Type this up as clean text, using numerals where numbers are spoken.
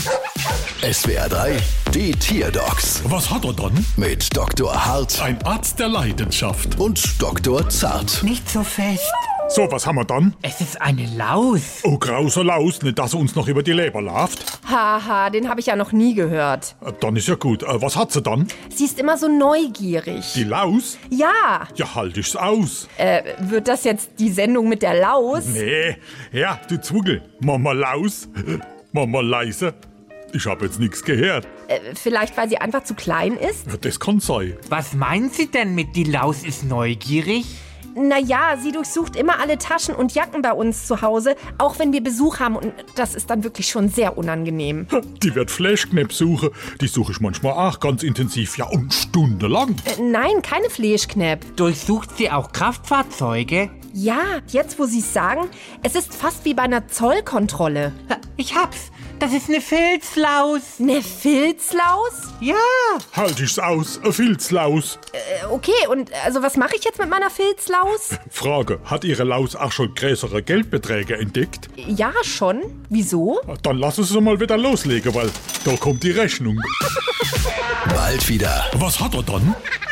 SWR 3, die Tierdocs Was hat er dann? mit Dr. Hart Ein Arzt der Leidenschaft. und Dr. Zart. Nicht so fest. So, was haben wir dann? Es ist eine Laus. Oh, grauser Laus, nicht, dass er uns noch über die Leber läuft. Haha, den habe ich ja noch nie gehört. Dann ist ja gut. Was hat sie dann? Sie ist immer so neugierig. Die Laus? Ja, Ja, halt ich's aus. wird das jetzt die Sendung mit der Laus? Nee, ja, du Zwuggel. Mama Laus. Mama leise. Ich hab jetzt nichts gehört. Vielleicht, weil sie einfach zu klein ist? Ja, das kann sein. Was meinen Sie denn mit die Laus ist neugierig? Naja, sie durchsucht immer alle Taschen und Jacken bei uns zu Hause, auch wenn wir Besuch haben. Und das ist dann wirklich schon sehr unangenehm. Die wird Fleischknepp suchen. Die suche ich manchmal auch ganz intensiv. Ja, und stundenlang. Nein, keine Fleischknepp. Durchsucht sie auch Kraftfahrzeuge? Ja, jetzt wo Sie es sagen, es ist fast wie bei einer Zollkontrolle. Ich hab's. Das ist eine Filzlaus. Eine Filzlaus? Ja. Halt ich's aus. Eine Filzlaus. Okay, und also was mache ich jetzt mit meiner Filzlaus? Frage, hat Ihre Laus auch schon größere Geldbeträge entdeckt? Ja, schon. Wieso? Dann lassen Sie mal wieder loslegen, weil da kommt die Rechnung. Bald wieder. Was hat er dann?